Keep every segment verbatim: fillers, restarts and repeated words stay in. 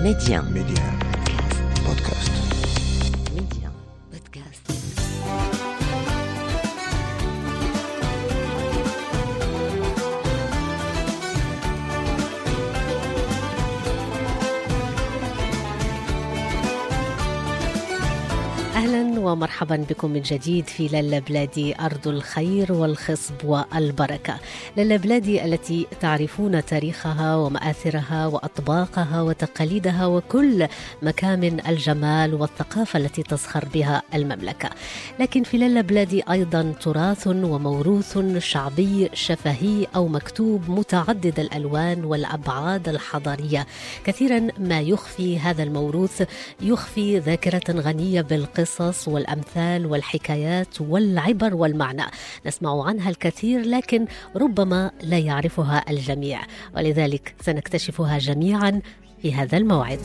Média. Média. Podcast. Média. Podcast. أهلا ومرحبا بكم من جديد في لالا بلادي، أرض الخير والخصب والبركة. لالا بلادي التي تعرفون تاريخها ومآثرها وأطباقها وتقاليدها وكل مكامن الجمال والثقافة التي تزخر بها المملكة. لكن في لالا بلادي أيضا تراث وموروث شعبي شفهي أو مكتوب متعدد الألوان والأبعاد الحضارية. كثيرا ما يخفي هذا الموروث، يخفي ذاكرة غنية بالقصة القصص والأمثال والحكايات والعبر والمعنى. نسمع عنها الكثير لكن ربما لا يعرفها الجميع، ولذلك سنكتشفها جميعا في هذا الموعد.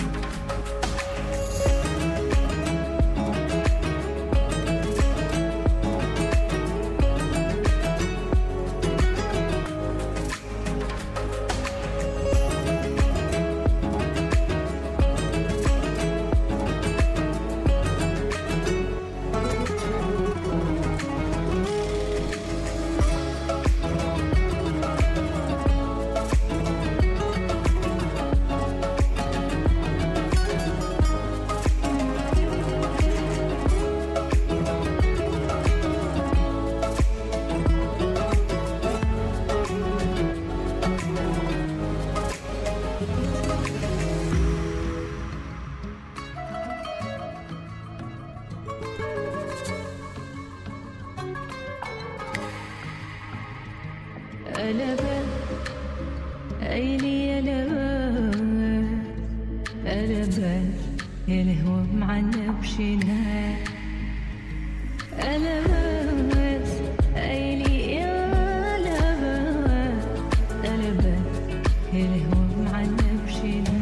ألبا أيلي ألبا ألبا يلهو معنا بشينا ألبا أيلي ألبا ألبا يلهو معنا بشينا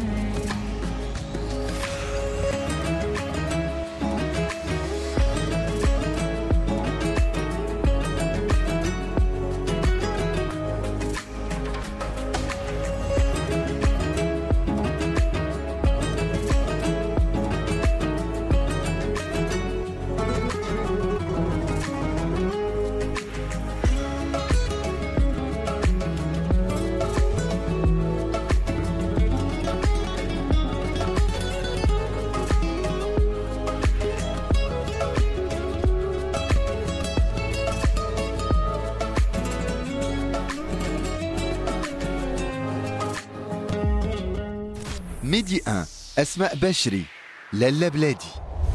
ميدي واحد. أسماء بشري. لالا بلادي.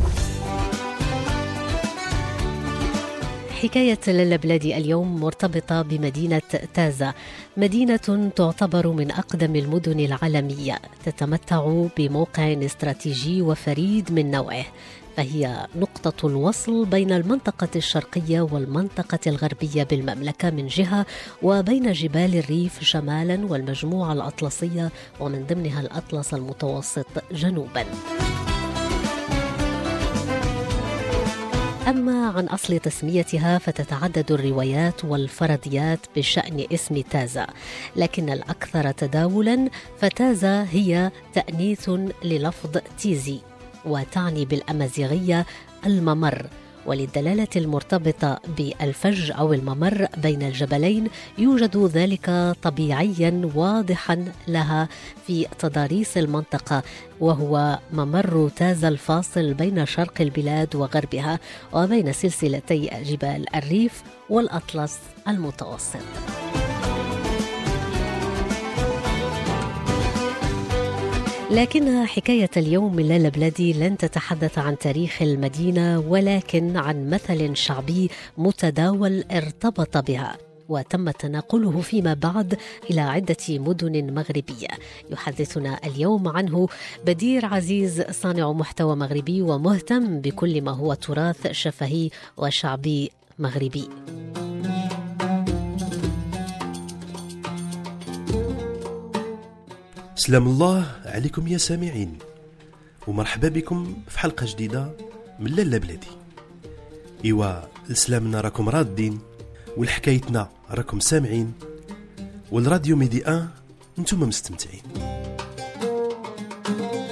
حكاية لالا بلادي اليوم مرتبطة بمدينة تازة، مدينة تعتبر من أقدم المدن العالمية، تتمتع بموقع استراتيجي وفريد من نوعه، فهي نقطة الوصل بين المنطقة الشرقية والمنطقة الغربية بالمملكة من جهة، وبين جبال الريف شمالا والمجموعة الأطلسية ومن ضمنها الأطلس المتوسط جنوبا. أما عن أصل تسميتها فتتعدد الروايات والفرضيات بشأن اسم تازة، لكن الأكثر تداولا فتازة هي تأنيث للفظ تيزي، وتعني بالأمازيغية الممر، وللدلالة المرتبطة بالفج أو الممر بين الجبلين يوجد ذلك طبيعيا واضحا لها في تضاريس المنطقة، وهو ممر تازة الفاصل بين شرق البلاد وغربها وبين سلسلتي جبال الريف والأطلس المتوسط. لكن حكاية اليوم من لالا بلادي لن تتحدث عن تاريخ المدينة، ولكن عن مثل شعبي متداول ارتبط بها وتم تناقله فيما بعد إلى عدة مدن مغربية. يحدثنا اليوم عنه بدير عزيز، صانع محتوى مغربي ومهتم بكل ما هو تراث شفهي وشعبي مغربي. سلام الله عليكم يا سامعين، ومرحبا بكم في حلقة جديدة من لالا بلادي. إيوا السلامنا راكم رادين، والحكايتنا راكم سامعين، والراديو ميدي واحد نتوما مستمتعين.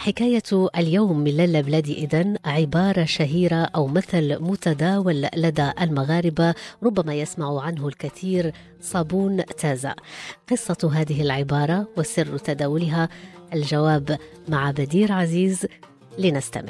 حكاية اليوم من لالا بلادي إذن عبارة شهيرة أو مثل متداول لدى المغاربة ربما يسمع عنه الكثير: صابون تازة. قصة هذه العبارة وسر تداولها، الجواب مع بدير عزيز. لنستمع.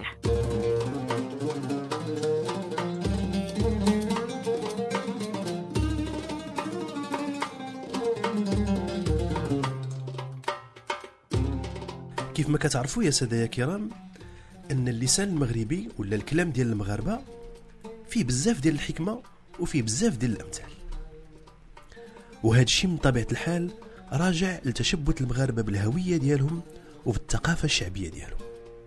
كيف ما كتعرفوا يا سادة يا كرام ان اللسان المغربي ولا الكلام ديال المغاربه فيه بزاف ديال الحكمه وفيه بزاف ديال الامثال، وهذا الشيء من طبيعه الحال راجع لتشبث المغاربه بالهويه ديالهم وبالثقافه الشعبيه ديالهم،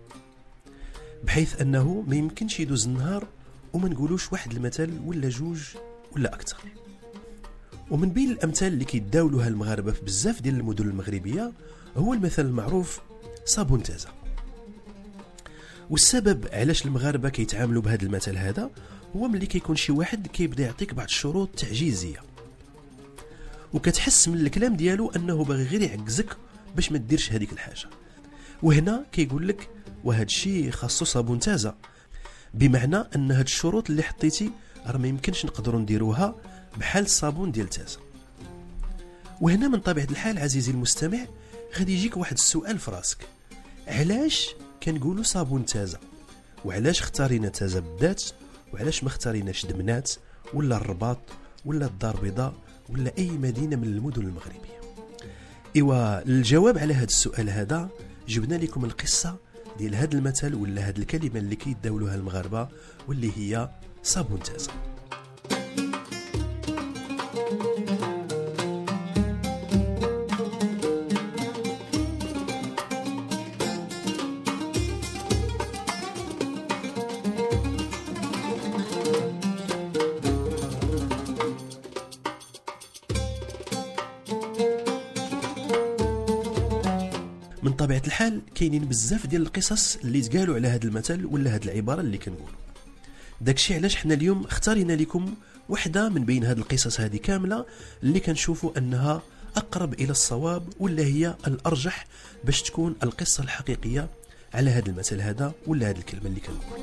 بحيث انه ما يمكنش يدوز النهار وما نقولوش واحد المثل ولا جوج ولا اكثر. ومن بين الامثال اللي كيتداولوها المغاربه في بزاف ديال المدن المغربيه هو المثل المعروف صابون تازة. والسبب علاش المغاربه كيتعاملوا بهذا المثل هذا هو ملي كيكون شي واحد كيبدا يعطيك بعض الشروط تعجيزيه، وكتحس من الكلام ديالو انه باغي غير يعكزك باش ما ديرش هذيك الحاجه، وهنا كيقول لك وهذا الشيء خاصو صابون تازة، بمعنى ان هاد الشروط اللي حطيتي راه ما يمكنش نقدروا نديروها بحال الصابون ديال تازة. وهنا من طبيعه الحال عزيزي المستمع غادي يجيك واحد السؤال في راسك: علاش كنقولوا صابون تازة؟ وعلاش اختارينا تازة بالذات؟ وعلاش ما اختاريناش دمنات ولا الرباط ولا الدار البيضاء ولا اي مدينه من المدن المغربيه؟ ايوا الجواب على هذا السؤال هذا جبنا لكم القصه ديال هذا المثل ولا هذه الكلمه اللي كيداولوها المغاربه واللي هي صابون تازة. من طبيعة الحال كاينين بزاف ديال القصص اللي تقالوا على هذا المثل ولا هذه العبارة اللي كنقول. داكشي علاش حنا اليوم اختارينا لكم واحدة من بين هذه القصص هذه كاملة اللي كنشوفوا أنها أقرب إلى الصواب ولا هي الأرجح باش تكون القصة الحقيقية على هذا المثل هذا ولا هذه الكلمة اللي كنقول.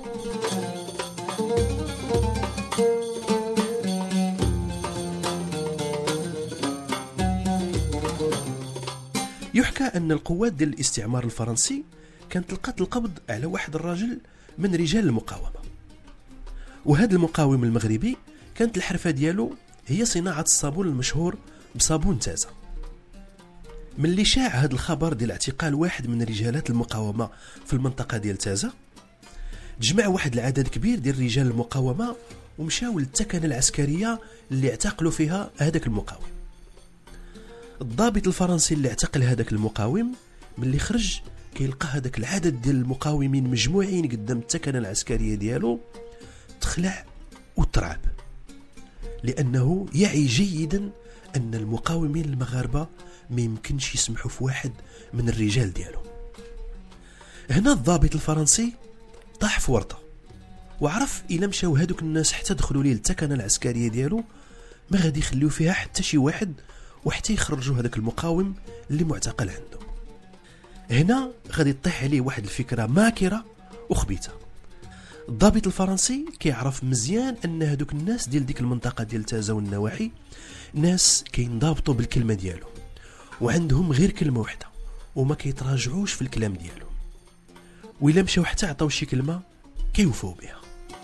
يحكى أن القوات ديال الاستعمار الفرنسي كانت لقات القبض على واحد الرجل من رجال المقاومة، وهذا المقاوم المغربي كانت الحرفة ديالو هي صناعة الصابون المشهور بصابون تازة. من اللي شاع هذا الخبر ديال اعتقال واحد من رجالات المقاومة في المنطقة ديال تازة، تجمع واحد العدد كبير ديال رجال المقاومة ومشاو للتكنة العسكرية اللي اعتقلوا فيها هذاك المقاوم. الضابط الفرنسي اللي اعتقل هذاك المقاوم ملي خرج كيلقى هذاك العدد ديال المقاومين مجموعين قدام التكنة العسكرية ديالو، تخلع وترعب، لأنه يعي جيدا أن المقاومين المغاربة ما يمكنش يسمحوا في واحد من الرجال ديالو. هنا الضابط الفرنسي طاح في ورطة وعرف إلا مشاو هذوك الناس حتى دخلوا ليه التكنة العسكرية ديالو ما غادي يخليو فيها حتى شي واحد وحتى يخرجوا هذاك المقاوم اللي معتقل عنده. هنا غادي تطيح عليه واحد الفكرة ماكرة وخبيثة. الضابط الفرنسي كيعرف مزيان ان هذوك الناس ديال ديك المنطقة ديال تازة والنواحي ناس كينضابطوا بالكلمة ديالو وعندهم غير كلمة واحدة وما كيتراجعوش في الكلام ديالو، وإلا مشاو حتى عطاو شي كلمة كيوفوا بها.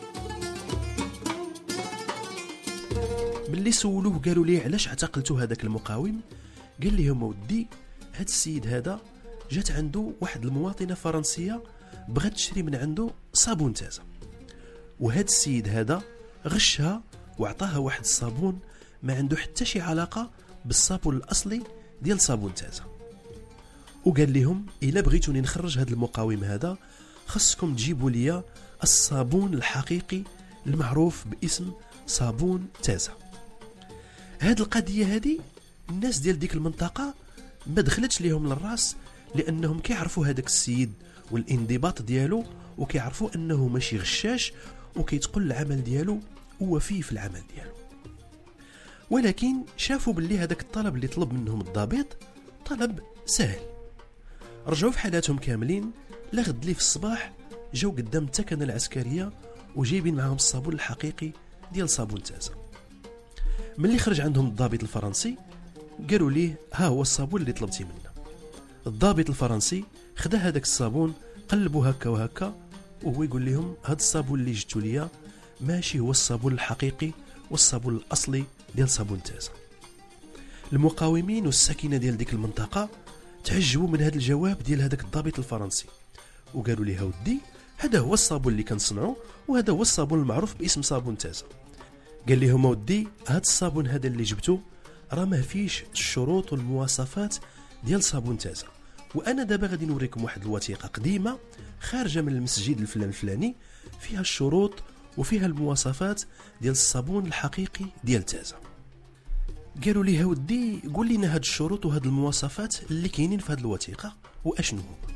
ملي سولوه قالوا ليه علاش اعتقلتوا هذاك المقاوم، قال لهم ودي هاد السيد هذا جات عنده واحد المواطنة فرنسية بغات تشري من عنده صابون تازة، وهاد السيد هذا غشها وعطاها واحد الصابون ما عنده حتى شي علاقة بالصابون الأصلي ديال صابون تازة، وقال لهم إلا بغيتوني نخرج هاد المقاوم هذا خصكم تجيبوا لي الصابون الحقيقي المعروف باسم صابون تازة. هاد القضية هذه الناس ديال ديك المنطقة ما دخلتش ليهم للراس، لأنهم كيعرفوا هذاك السيد والانضباط ديالو وكيعرفوا أنه ماشي غشاش وكيتقل العمل ديالو ووفي في العمل ديالو. ولكن شافوا باللي هذاك الطلب اللي طلب منهم الضابط طلب سهل. رجعوا في حالاتهم كاملين لا غد لي في الصباح جاو قدام التكنه العسكريه وجايبين معاهم الصابون الحقيقي ديال صابون تازا. ملي خرج عندهم الضابط الفرنسي قالوا ليه ها هو الصابون اللي طلبتي منا. الضابط الفرنسي خدا هذاك الصابون قلبوا هكا وهكا وهو يقول لهم هذا الصابون اللي جبتوا ليا ماشي هو الصابون الحقيقي والصابون الاصلي ديال صابون تازا. المقاومين والساكنه ديال ديك المنطقه تعجبوا من هذا الجواب ديال هذاك الضابط الفرنسي وقالوا ليه ودي هذا هو الصابون اللي كنصنعوا وهذا هو الصابون المعروف باسم صابون تازا. قال لهم ودي هذا الصابون هذا اللي جبتو راه ما فيش الشروط والمواصفات ديال صابون تازا، وانا دابا غادي نوريكم واحد الوثيقه قديمه خارجه من المسجد الفلان الفلاني فيها الشروط وفيها المواصفات ديال الصابون الحقيقي ديال تازا. قالوا لي ودي قول لنا هاد الشروط وهاد المواصفات اللي كاينين في هاد الوثيقه واشنو هما.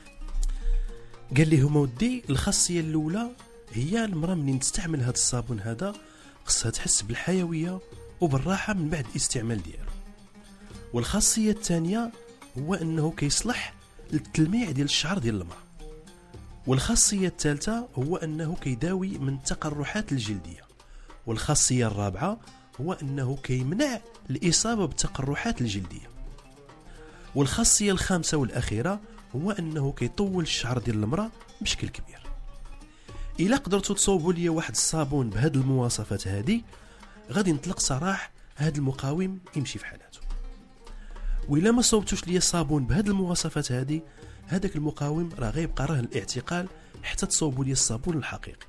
قال لهم ودي الخاصيه الاولى هي المراه منين تستعمل هاد الصابون هذا خصها تحس بالحيويه وبالراحه من بعد الاستعمال ديالو. والخاصيه الثانيه هو انه كيصلح للتلميع ديال الشعر ديال المراه. والخاصيه الثالثه هو انه كيداوي من التقرحات الجلديه. والخاصيه الرابعه هو انه كيمنع الاصابه بالتقرحات الجلديه. والخاصيه الخامسه والاخيره هو انه كيطول الشعر ديال المراه بشكل كبير. الا قدرتوا تصوبوا لي واحد الصابون بهذه المواصفات هذه غادي نطلق سراح هذا المقاوم يمشي في حالاته. وإلا ما صوبتوش لي صابون بهذه المواصفات هذه هذاك المقاوم راه غيبقى راه الاعتقال حتى تصوبوا لي الصابون الحقيقي.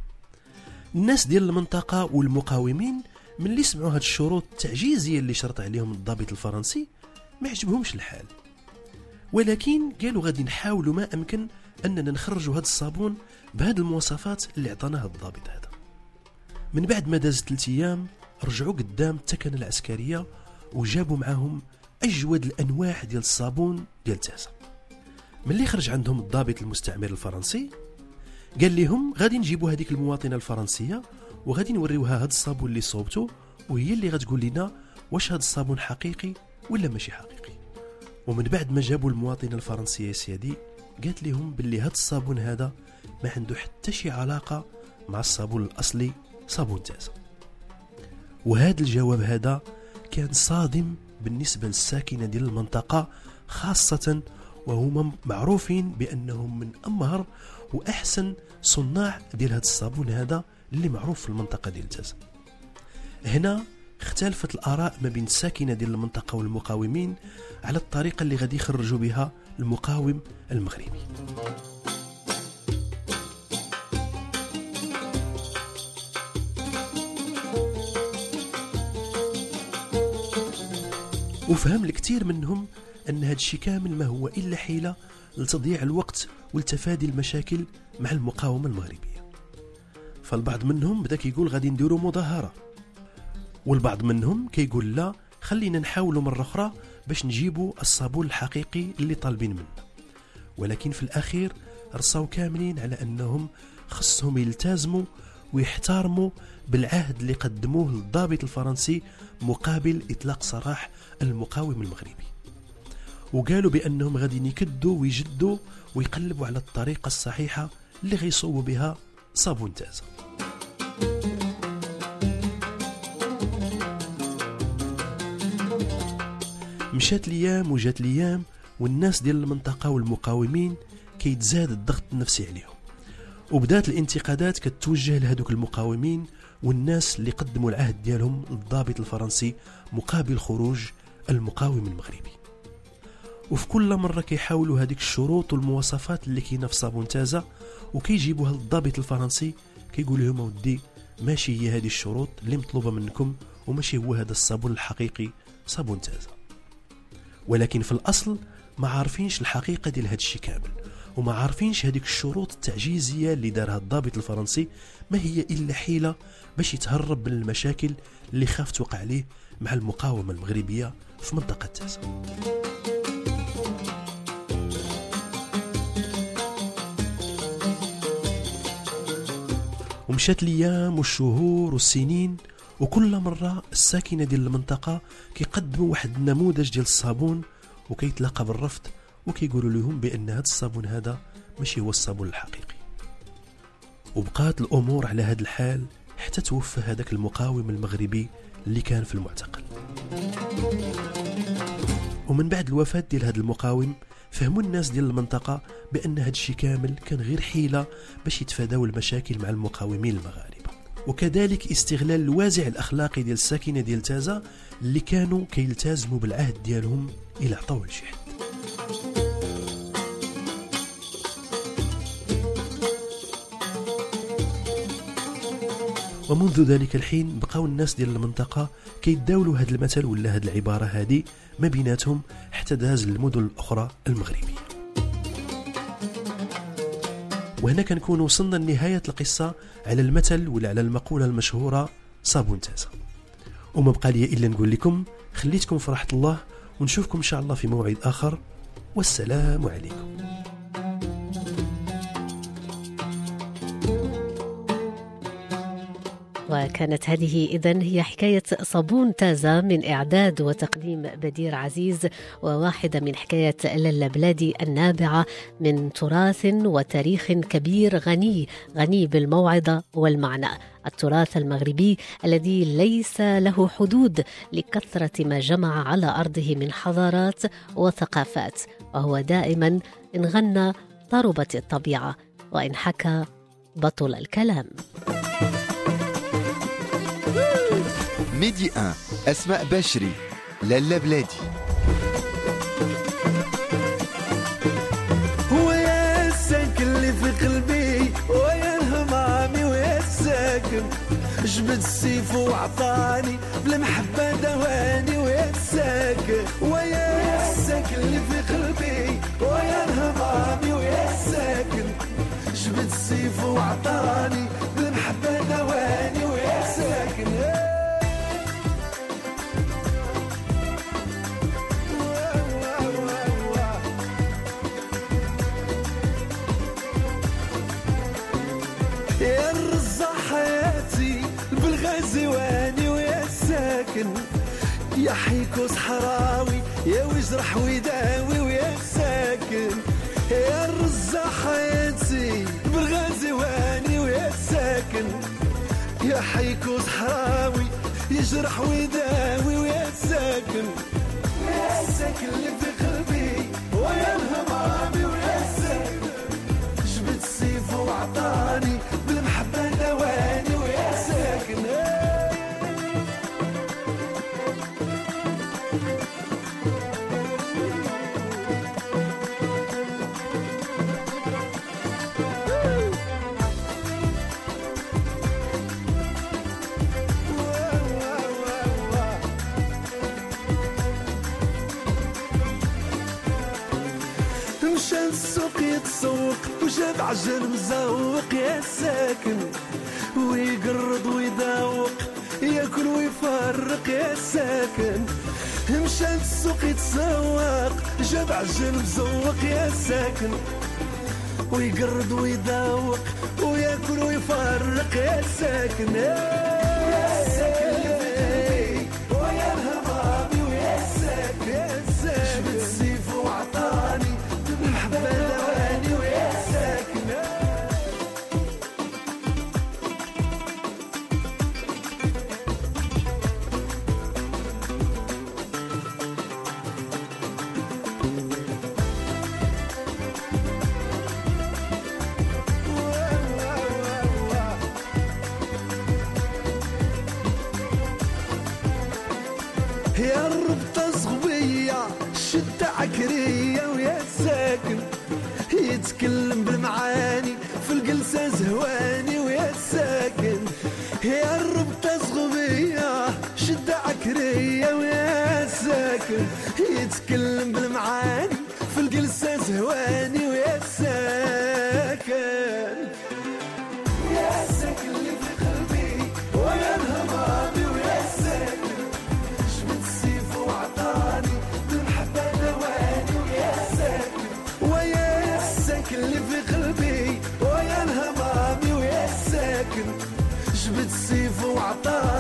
الناس ديال المنطقه والمقاومين ملي سمعوا هاد الشروط التعجيزيه اللي شرط عليهم الضابط الفرنسي ما عجبهمش الحال، ولكن قالوا غادي نحاولوا ما امكن اننا نخرجوا هاد الصابون بهذه المواصفات اللي عطاناها الضابط هذا. من بعد ما دازت ثلاث ايام رجعوا قدام التكنه العسكريه وجابوا معاهم اجود الانواع ديال الصابون ديال تازا. ملي خرج عندهم الضابط المستعمر الفرنسي قال لهم غادي نجيبوا هذيك المواطنه الفرنسيه وغادي نوريوها هذا الصابون اللي صوبته وهي اللي غتقول لنا واش هذا الصابون حقيقي ولا ماشي حقيقي. ومن بعد ما جابوا المواطنه الفرنسيه سيادي قالت لهم باللي هذا الصابون هذا ما عنده حتى شي علاقه مع الصابون الاصلي صابون تازا. وهذا الجواب هذا كان صادم بالنسبه للساكنه ديال المنطقه خاصه وهم معروفين بانهم من امهر واحسن صناع ديال هذا الصابون هذا اللي معروف في المنطقه ديال تازا. هنا اختلفت الاراء ما بين الساكنه ديال المنطقه والمقاومين على الطريقه اللي غادي يخرجوا بها المقاوم المغربي. وفهم الكثير منهم أن هذا الشيء كامل ما هو إلا حيلة لتضييع الوقت ولتفادي المشاكل مع المقاومة المغربية. فالبعض منهم بدأ كيقول غادي نديروا مظاهرة، والبعض منهم كيقول لا خلينا نحاولوا مرة أخرى باش نجيبوا الصابون الحقيقي اللي طالبين منا. ولكن في الأخير رصاو كاملين على أنهم خصهم يلتزموا ويحترموا بالعهد اللي قدموه للضابط الفرنسي مقابل إطلاق سراح المقاوم المغربي. وقالوا بأنهم غادي يكدوا ويجدوا ويقلبوا على الطريقة الصحيحة اللي غيصوبوا بها صابون تازا. مشات ليام وجات ليام والناس ديال المنطقة والمقاومين كيتزاد الضغط النفسي عليهم، وبدات الانتقادات كتوجه لهذوك المقاومين والناس اللي قدموا العهد ديالهم للضابط الفرنسي مقابل خروج المقاوم المغربي. وفي كل مرة كيحاولوا هذيك الشروط والمواصفات اللي كاينه في صابون تازا وكيجيبوها للضابط الفرنسي كيقول لهم ودي ماشي هي هذه الشروط اللي مطلوبة منكم وماشي هو هذا الصابون الحقيقي صابون تازا. ولكن في الأصل ما عارفينش الحقيقة ديال هذا الشيء كامل، وما عارفينش هذيك الشروط التعجيزية اللي دارها الضابط الفرنسي ما هي إلا حيلة باش يتهرب من المشاكل اللي خاف توقع عليه مع المقاومة المغربية في منطقة تازا. ومشات الايام والشهور والسنين وكل مرة الساكنة ديال المنطقة كيقدموا واحد النموذج ديال الصابون وكيتلاقى بالرفض وكيقولوا لهم بأن هذا الصابون هذا ماشي هو الصابون الحقيقي. وبقات الأمور على هذا الحال حتى توفى هذاك المقاوم المغربي اللي كان في المعتقل. ومن بعد الوفاة ديال هذا المقاوم فهموا الناس ديال المنطقة بأن هذا الشيء كامل كان غير حيلة باش يتفاداو المشاكل مع المقاومين المغاربة، وكذلك استغلال الوازع الأخلاقي ديال الساكنة ديال تازة اللي كانوا كيلتزموا بالعهد ديالهم إلى عطاوه لشي حد. ومنذ ذلك الحين بقاو الناس ديال المنطقة كيداولوا هذا المثل ولا هذه العبارة هذه ما بيناتهم حتى داز للمدن الأخرى المغربية. وهنا كنكون وصلنا لنهاية القصة على المثل ولا على المقولة المشهورة صابون تازة. وما بقى لي إلا نقول لكم خليتكم في راحة الله، ونشوفكم إن شاء الله في موعد آخر، والسلام عليكم. وكانت هذه إذن هي حكاية صابون تازة من إعداد وتقديم بدير عزيز، وواحدة من حكاية لالا بلادي النابعة من تراث وتاريخ كبير غني غني بالموعظة والمعنى. التراث المغربي الذي ليس له حدود لكثرة ما جمع على أرضه من حضارات وثقافات، وهو دائما إن غنى طربت الطبيعة، وإن حكى بطل الكلام. ميدي واحد أسماء بشري لالا بلادي. ويا الساكن اللي في قلبي، ويا الهمامي ويا الساكن جبد السيف وعطاني بالمحبة دواني، ويا الساكن ويا الساكن اللي في قلبي، ويا الهمامي ويا الساكن جبد السيف وعطاني بالمحبة دواني، ويا الساكن يا الرزا حياتي بالغزواني، ويا الساكن يا حيكو صحراوي يا وجرح ويداوي، ويا الساكن يا الرزا حياتي بالغزواني، ويا الساكن يا حيكو صحراوي يجرح ويداوي، ويا الساكن ويا الساكن اللي في قلبي، ويا الهمامي ويا الساكن جبد السيف وعطاني بالمحبة دواني، ويا الساكن مشى السوق يتسوق وجاب عجل مزوق، يا الساكن ويقرض ويذوق ياكل ويفرق، يا الساكن مشى السوق يتسوق جاب عجل مزوق، يا الساكن ويقرض ويذوق وياكل ويفرق، يا الساكن يا الساكن اللي في قلبي، ويا الهمامي ويا الساكن يا الساكن جبد السيف وعطاني بالمحبة دواني، ويا الساكن يا الربطة صغبية شدة عكرية، ويا الساكن يتكلم بالمعاني في الجلسة زهواني، ويا الساكن يا الربطة صغبية شدة عكرية، ويا الساكن يتكلم بالمعاني في الجلسة زهواني، ويا الساكن يا الساكن اللي في قلبي، ويا الهمامي ويا الساكن جبد السيف وعطاني بالمحبة دواني، ويا الساكن ويا الساكن اللي في قلبي، ويا الهمامي ويا الساكن جبد السيف وعطاني